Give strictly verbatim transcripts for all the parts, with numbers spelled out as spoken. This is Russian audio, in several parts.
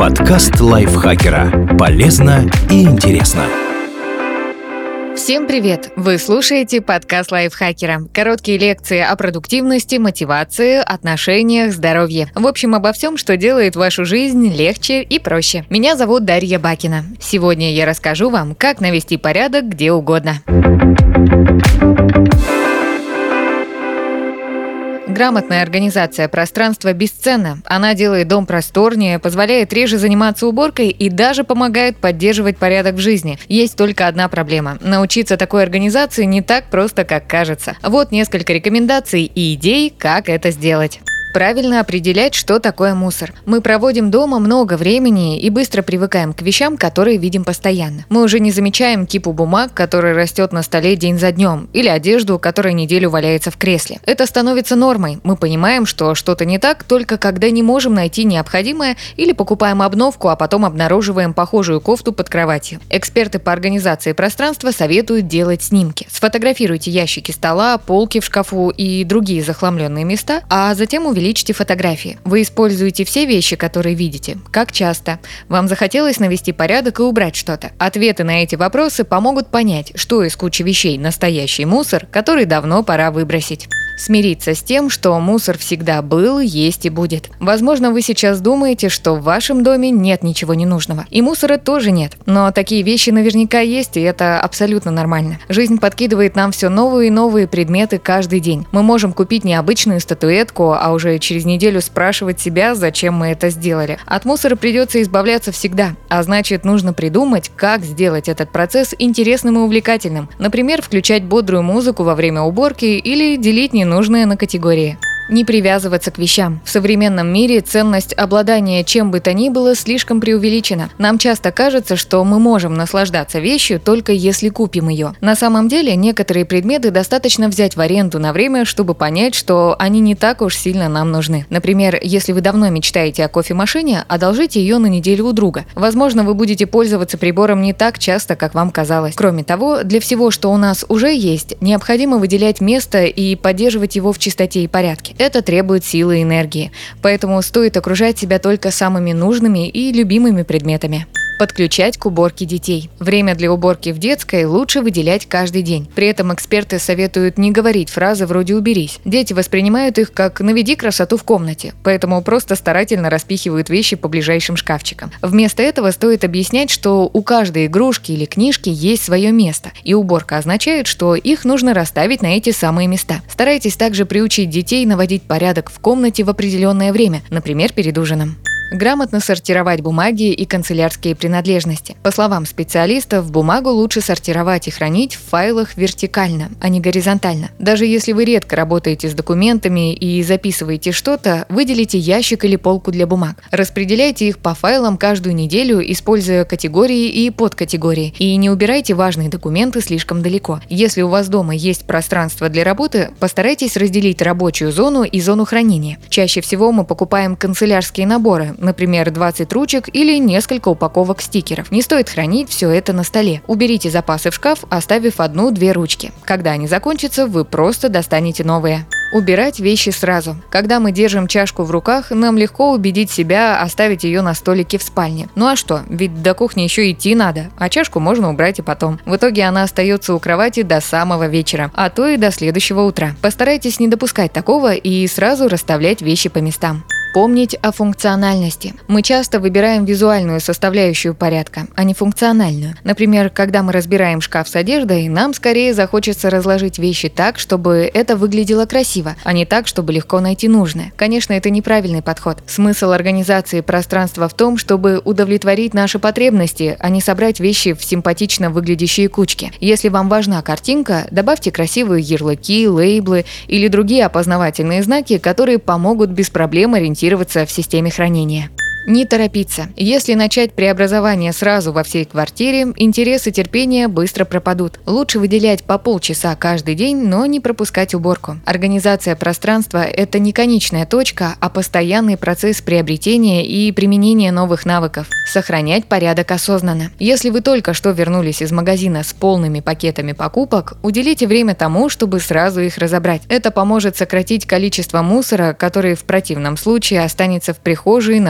Подкаст лайфхакера. Полезно и интересно. Всем привет! Вы слушаете подкаст лайфхакера. Короткие лекции о продуктивности, мотивации, отношениях, здоровье. В общем, обо всем, что делает вашу жизнь легче и проще. Меня зовут Дарья Бакина. Сегодня я расскажу вам, как навести порядок где угодно. Грамотная организация пространства бесценна. Она делает дом просторнее, позволяет реже заниматься уборкой и даже помогает поддерживать порядок в жизни. Есть только одна проблема. Научиться такой организации не так просто, как кажется. Вот несколько рекомендаций и идей, как это сделать. Правильно определять, что такое мусор. Мы проводим дома много времени и быстро привыкаем к вещам, которые видим постоянно. Мы уже не замечаем кипу бумаг, которая растет на столе день за днем, или одежду, которая неделю валяется в кресле. Это становится нормой. Мы понимаем, что что-то не так, только когда не можем найти необходимое или покупаем обновку, а потом обнаруживаем похожую кофту под кроватью. Эксперты по организации пространства советуют делать снимки. Сфотографируйте ящики стола, полки в шкафу и другие захламленные места, а затем увеличьте Увеличьте фотографии. Вы используете все вещи, которые видите. Как часто? Вам захотелось навести порядок и убрать что-то? Ответы на эти вопросы помогут понять, что из кучи вещей настоящий мусор, который давно пора выбросить. Смириться с тем, что мусор всегда был, есть и будет. Возможно, вы сейчас думаете, что в вашем доме нет ничего ненужного. И мусора тоже нет. Но такие вещи наверняка есть, и это абсолютно нормально. Жизнь подкидывает нам все новые и новые предметы каждый день. Мы можем купить необычную статуэтку, а уже через неделю спрашивать себя, зачем мы это сделали. От мусора придется избавляться всегда. А значит, нужно придумать, как сделать этот процесс интересным и увлекательным. Например, включать бодрую музыку во время уборки или делить ненужные нужные на категории. Не привязываться к вещам. В современном мире ценность обладания чем бы то ни было слишком преувеличена. Нам часто кажется, что мы можем наслаждаться вещью только если купим ее. На самом деле, некоторые предметы достаточно взять в аренду на время, чтобы понять, что они не так уж сильно нам нужны. Например, если вы давно мечтаете о кофемашине, одолжите ее на неделю у друга. Возможно, вы будете пользоваться прибором не так часто, как вам казалось. Кроме того, для всего, что у нас уже есть, необходимо выделять место и поддерживать его в чистоте и порядке. Это требует силы и энергии, поэтому стоит окружать себя только самыми нужными и любимыми предметами. Подключать к уборке детей. Время для уборки в детской лучше выделять каждый день. При этом эксперты советуют не говорить фразы вроде «уберись». Дети воспринимают их как «наведи красоту в комнате», поэтому просто старательно распихивают вещи по ближайшим шкафчикам. Вместо этого стоит объяснять, что у каждой игрушки или книжки есть свое место, и уборка означает, что их нужно расставить на эти самые места. Старайтесь также приучить детей наводить порядок в комнате в определенное время, например, перед ужином. Грамотно сортировать бумаги и канцелярские принадлежности. По словам специалистов, бумагу лучше сортировать и хранить в файлах вертикально, а не горизонтально. Даже если вы редко работаете с документами и записываете что-то, выделите ящик или полку для бумаг. Распределяйте их по файлам каждую неделю, используя категории и подкатегории. И не убирайте важные документы слишком далеко. Если у вас дома есть пространство для работы, постарайтесь разделить рабочую зону и зону хранения. Чаще всего мы покупаем канцелярские наборы, например, двадцать ручек или несколько упаковок стикеров. Не стоит хранить все это на столе. Уберите запасы в шкаф, оставив одну-две ручки. Когда они закончатся, вы просто достанете новые. Убирать вещи сразу. Когда мы держим чашку в руках, нам легко убедить себя оставить ее на столике в спальне. Ну а что, ведь до кухни еще идти надо, а чашку можно убрать и потом. В итоге она остается у кровати до самого вечера, а то и до следующего утра. Постарайтесь не допускать такого и сразу расставлять вещи по местам. Помнить о функциональности. Мы часто выбираем визуальную составляющую порядка, а не функциональную. Например, когда мы разбираем шкаф с одеждой, нам скорее захочется разложить вещи так, чтобы это выглядело красиво, а не так, чтобы легко найти нужное. Конечно, это неправильный подход. Смысл организации пространства в том, чтобы удовлетворить наши потребности, а не собрать вещи в симпатично выглядящие кучки. Если вам важна картинка, добавьте красивые ярлыки, лейблы или другие опознавательные знаки, которые помогут без проблем ориентироваться в системе хранения. Не торопиться. Если начать преобразование сразу во всей квартире, интерес и терпение быстро пропадут. Лучше выделять по полчаса каждый день, но не пропускать уборку. Организация пространства – это не конечная точка, а постоянный процесс приобретения и применения новых навыков. Сохранять порядок осознанно. Если вы только что вернулись из магазина с полными пакетами покупок, уделите время тому, чтобы сразу их разобрать. Это поможет сократить количество мусора, который в противном случае останется в прихожей, на кухне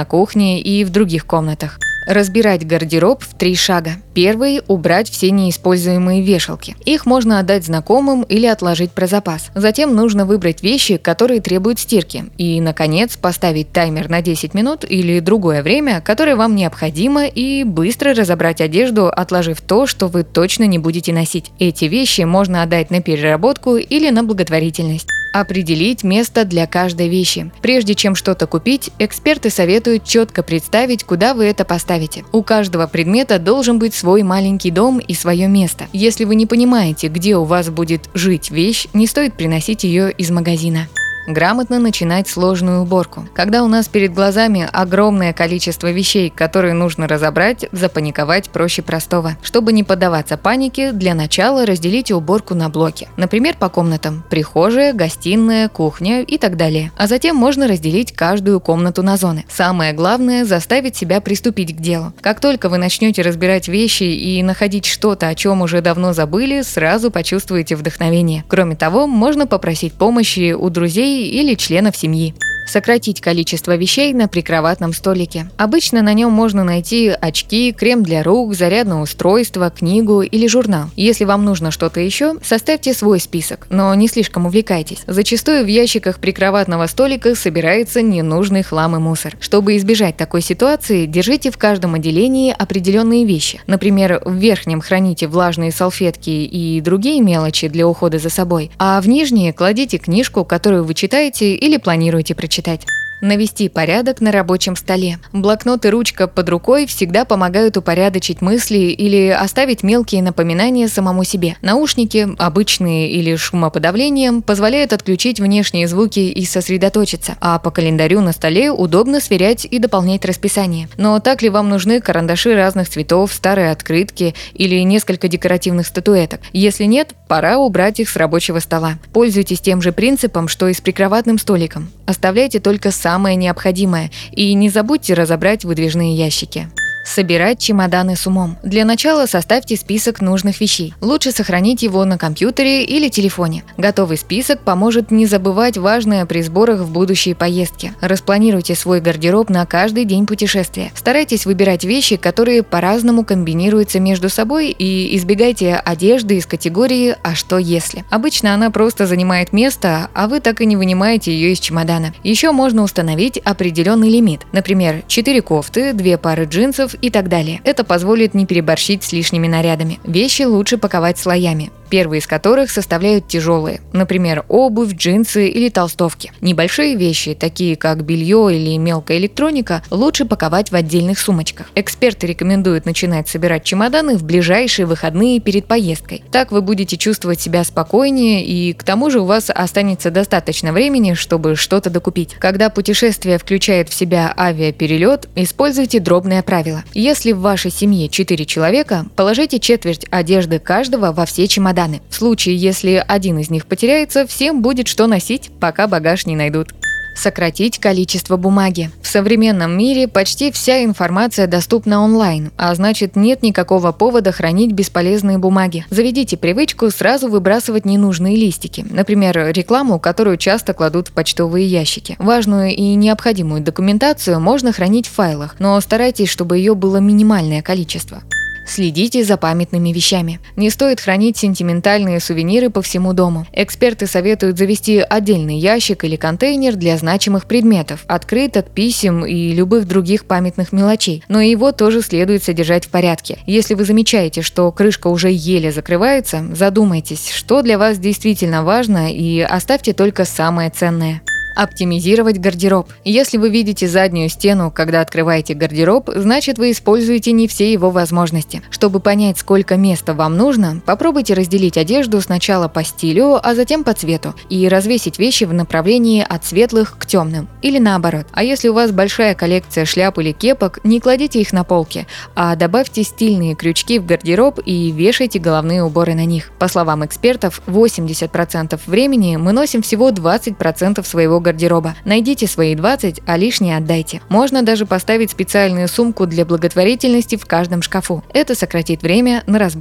кухне и в других комнатах. Разбирать гардероб в три шага. Первый – убрать все неиспользуемые вешалки. Их можно отдать знакомым или отложить про запас. Затем нужно выбрать вещи, которые требуют стирки. И, наконец, поставить таймер на десять минут или другое время, которое вам необходимо, и быстро разобрать одежду, отложив то, что вы точно не будете носить. Эти вещи можно отдать на переработку или на благотворительность. Определить место для каждой вещи. Прежде чем что-то купить, эксперты советуют четко представить, куда вы это поставите. У каждого предмета должен быть свой маленький дом и свое место. Если вы не понимаете, где у вас будет жить вещь, не стоит приносить ее из магазина. Грамотно начинать сложную уборку. Когда у нас перед глазами огромное количество вещей, которые нужно разобрать, запаниковать проще простого. Чтобы не поддаваться панике, для начала разделите уборку на блоки. Например, по комнатам – прихожая, гостиная, кухня и так далее. А затем можно разделить каждую комнату на зоны. Самое главное – заставить себя приступить к делу. Как только вы начнете разбирать вещи и находить что-то, о чем уже давно забыли, сразу почувствуете вдохновение. Кроме того, можно попросить помощи у друзей или членов семьи. Сократить количество вещей на прикроватном столике. Обычно на нем можно найти очки, крем для рук, зарядное устройство, книгу или журнал. Если вам нужно что-то еще, составьте свой список, но не слишком увлекайтесь. Зачастую в ящиках прикроватного столика собирается ненужный хлам и мусор. Чтобы избежать такой ситуации, держите в каждом отделении определенные вещи. Например, в верхнем храните влажные салфетки и другие мелочи для ухода за собой, а в нижние кладите книжку, которую вы читаете или планируете прочитать. Читать. Навести порядок на рабочем столе. Блокнот и ручка под рукой всегда помогают упорядочить мысли или оставить мелкие напоминания самому себе. Наушники, обычные или шумоподавлением, позволяют отключить внешние звуки и сосредоточиться, а по календарю на столе удобно сверять и дополнять расписание. Но так ли вам нужны карандаши разных цветов, старые открытки или несколько декоративных статуэток? Если нет, пора убрать их с рабочего стола. Пользуйтесь тем же принципом, что и с прикроватным столиком. Оставляйте только самое необходимое и не забудьте разобрать выдвижные ящики. Собирать чемоданы с умом. Для начала составьте список нужных вещей. Лучше сохранить его на компьютере или телефоне. Готовый список поможет не забывать важное при сборах в будущие поездки. Распланируйте свой гардероб на каждый день путешествия. Старайтесь выбирать вещи, которые по-разному комбинируются между собой, и избегайте одежды из категории «а что если?». Обычно она просто занимает место, а вы так и не вынимаете ее из чемодана. Еще можно установить определенный лимит. Например, четыре кофты, две пары джинсов и так далее. Это позволит не переборщить с лишними нарядами. Вещи лучше паковать слоями, первые из которых составляют тяжелые, например, обувь, джинсы или толстовки. Небольшие вещи, такие как белье или мелкая электроника, лучше паковать в отдельных сумочках. Эксперты рекомендуют начинать собирать чемоданы в ближайшие выходные перед поездкой. Так вы будете чувствовать себя спокойнее, и к тому же у вас останется достаточно времени, чтобы что-то докупить. Когда путешествие включает в себя авиаперелет, используйте дробное правило. Если в вашей семье четыре человека, положите четверть одежды каждого во все чемоданы. В случае, если один из них потеряется, всем будет что носить, пока багаж не найдут. Сократить количество бумаги. В современном мире почти вся информация доступна онлайн, а значит, нет никакого повода хранить бесполезные бумаги. Заведите привычку сразу выбрасывать ненужные листики, например, рекламу, которую часто кладут в почтовые ящики. Важную и необходимую документацию можно хранить в файлах, но старайтесь, чтобы ее было минимальное количество. Следите за памятными вещами. Не стоит хранить сентиментальные сувениры по всему дому. Эксперты советуют завести отдельный ящик или контейнер для значимых предметов, открыток, писем и любых других памятных мелочей. Но его тоже следует содержать в порядке. Если вы замечаете, что крышка уже еле закрывается, задумайтесь, что для вас действительно важно, и оставьте только самое ценное. Оптимизировать гардероб. Если вы видите заднюю стену, когда открываете гардероб, значит, вы используете не все его возможности. Чтобы понять, сколько места вам нужно, попробуйте разделить одежду сначала по стилю, а затем по цвету, и развесить вещи в направлении от светлых к темным, или наоборот. А если у вас большая коллекция шляп или кепок, не кладите их на полки, а добавьте стильные крючки в гардероб и вешайте головные уборы на них. По словам экспертов, восемьдесят процентов времени мы носим всего двадцать процентов своего гардероба. Найдите свои двадцать, а лишнее отдайте. Можно даже поставить специальную сумку для благотворительности в каждом шкафу. Это сократит время на разбор.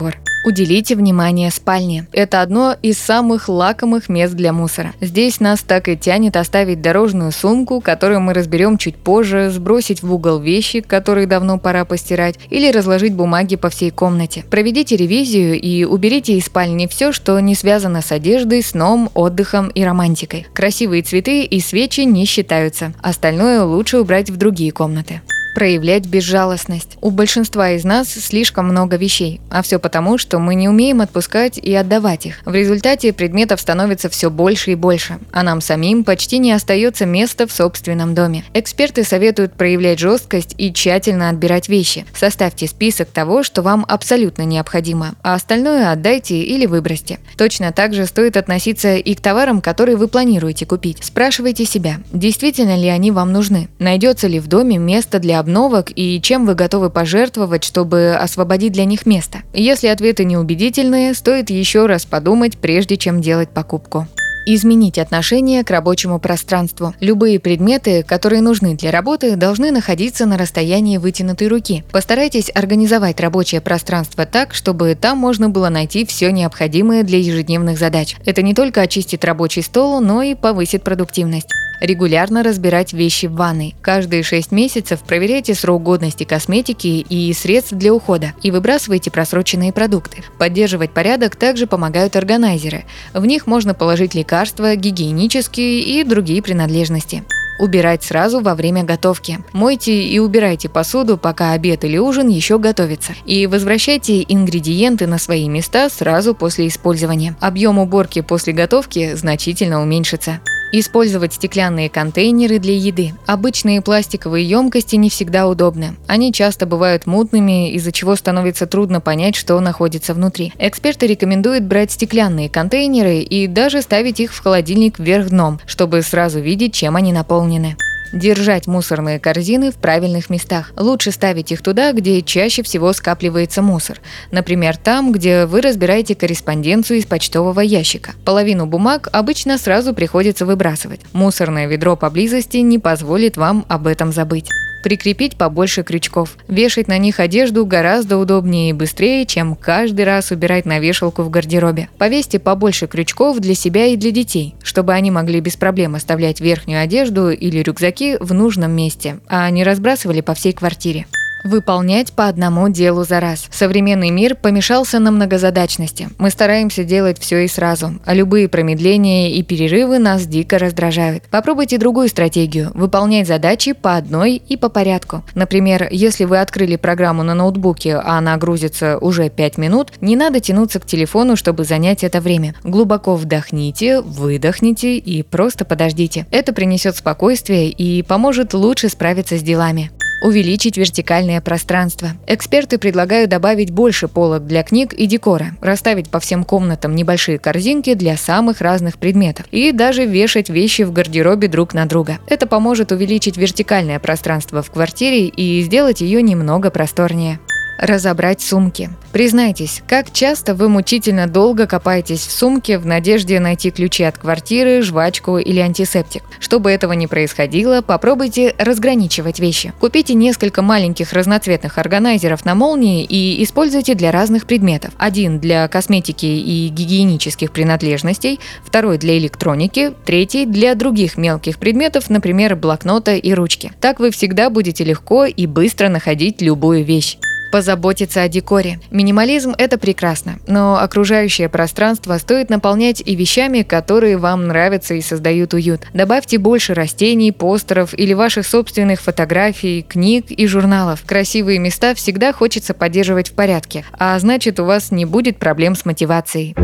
Уделите внимание спальне. Это одно из самых лакомых мест для мусора. Здесь нас так и тянет оставить дорожную сумку, которую мы разберем чуть позже, сбросить в угол вещи, которые давно пора постирать, или разложить бумаги по всей комнате. Проведите ревизию и уберите из спальни все, что не связано с одеждой, сном, отдыхом и романтикой. Красивые цветы и свечи не считаются. Остальное лучше убрать в другие комнаты. Проявлять безжалостность. У большинства из нас слишком много вещей, а все потому, что мы не умеем отпускать и отдавать их. В результате предметов становится все больше и больше, а нам самим почти не остается места в собственном доме. Эксперты советуют проявлять жесткость и тщательно отбирать вещи. Составьте список того, что вам абсолютно необходимо, а остальное отдайте или выбросьте. Точно так же стоит относиться и к товарам, которые вы планируете купить. Спрашивайте себя, действительно ли они вам нужны, найдется ли в доме место для обновок и чем вы готовы пожертвовать, чтобы освободить для них место. Если ответы неубедительные, стоит еще раз подумать, прежде чем делать покупку. Изменить отношение к рабочему пространству. Любые предметы, которые нужны для работы, должны находиться на расстоянии вытянутой руки. Постарайтесь организовать рабочее пространство так, чтобы там можно было найти все необходимое для ежедневных задач. Это не только очистит рабочий стол, но и повысит продуктивность. Регулярно разбирать вещи в ванной. Каждые шесть месяцев проверяйте срок годности косметики и средств для ухода и выбрасывайте просроченные продукты. Поддерживать порядок также помогают органайзеры. В них можно положить лекарства, гигиенические и другие принадлежности. Убирать сразу во время готовки. Мойте и убирайте посуду, пока обед или ужин еще готовится. И возвращайте ингредиенты на свои места сразу после использования. Объем уборки после готовки значительно уменьшится. Использовать стеклянные контейнеры для еды. Обычные пластиковые емкости не всегда удобны. Они часто бывают мутными, из-за чего становится трудно понять, что находится внутри. Эксперты рекомендуют брать стеклянные контейнеры и даже ставить их в холодильник вверх дном, чтобы сразу видеть, чем они наполнены. Держать мусорные корзины в правильных местах. Лучше ставить их туда, где чаще всего скапливается мусор. Например, там, где вы разбираете корреспонденцию из почтового ящика. Половину бумаг обычно сразу приходится выбрасывать. Мусорное ведро поблизости не позволит вам об этом забыть. Прикрепить побольше крючков. Вешать на них одежду гораздо удобнее и быстрее, чем каждый раз убирать на вешалку в гардеробе. Повесьте побольше крючков для себя и для детей, чтобы они могли без проблем оставлять верхнюю одежду или рюкзаки в нужном месте, а не разбрасывали по всей квартире. Выполнять по одному делу за раз. Современный мир помешался на многозадачности. Мы стараемся делать все и сразу, а любые промедления и перерывы нас дико раздражают. Попробуйте другую стратегию – выполнять задачи по одной и по порядку. Например, если вы открыли программу на ноутбуке, а она грузится уже пять минут, не надо тянуться к телефону, чтобы занять это время. Глубоко вдохните, выдохните и просто подождите. Это принесет спокойствие и поможет лучше справиться с делами. Увеличить вертикальное пространство. Эксперты предлагают добавить больше полок для книг и декора, расставить по всем комнатам небольшие корзинки для самых разных предметов и даже вешать вещи в гардеробе друг на друга. Это поможет увеличить вертикальное пространство в квартире и сделать ее немного просторнее. Разобрать сумки. Признайтесь, как часто вы мучительно долго копаетесь в сумке в надежде найти ключи от квартиры, жвачку или антисептик. Чтобы этого не происходило, попробуйте разграничивать вещи. Купите несколько маленьких разноцветных органайзеров на молнии и используйте для разных предметов. Один для косметики и гигиенических принадлежностей, второй для электроники, третий для других мелких предметов, например, блокнота и ручки. Так вы всегда будете легко и быстро находить любую вещь. Позаботиться о декоре. Минимализм – это прекрасно, но окружающее пространство стоит наполнять и вещами, которые вам нравятся и создают уют. Добавьте больше растений, постеров или ваших собственных фотографий, книг и журналов. Красивые места всегда хочется поддерживать в порядке, а значит, у вас не будет проблем с мотивацией.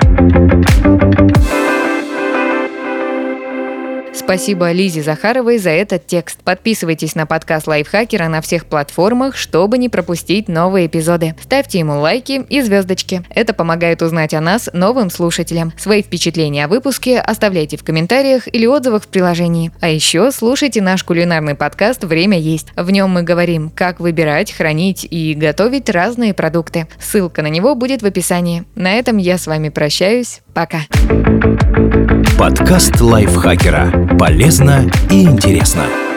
Спасибо Лизе Захаровой за этот текст. Подписывайтесь на подкаст Лайфхакера на всех платформах, чтобы не пропустить новые эпизоды. Ставьте ему лайки и звездочки. Это помогает узнать о нас новым слушателям. Свои впечатления о выпуске оставляйте в комментариях или отзывах в приложении. А еще слушайте наш кулинарный подкаст «Время есть». В нем мы говорим, как выбирать, хранить и готовить разные продукты. Ссылка на него будет в описании. На этом я с вами прощаюсь. Пока. Подкаст Лайфхакера. Полезно и интересно.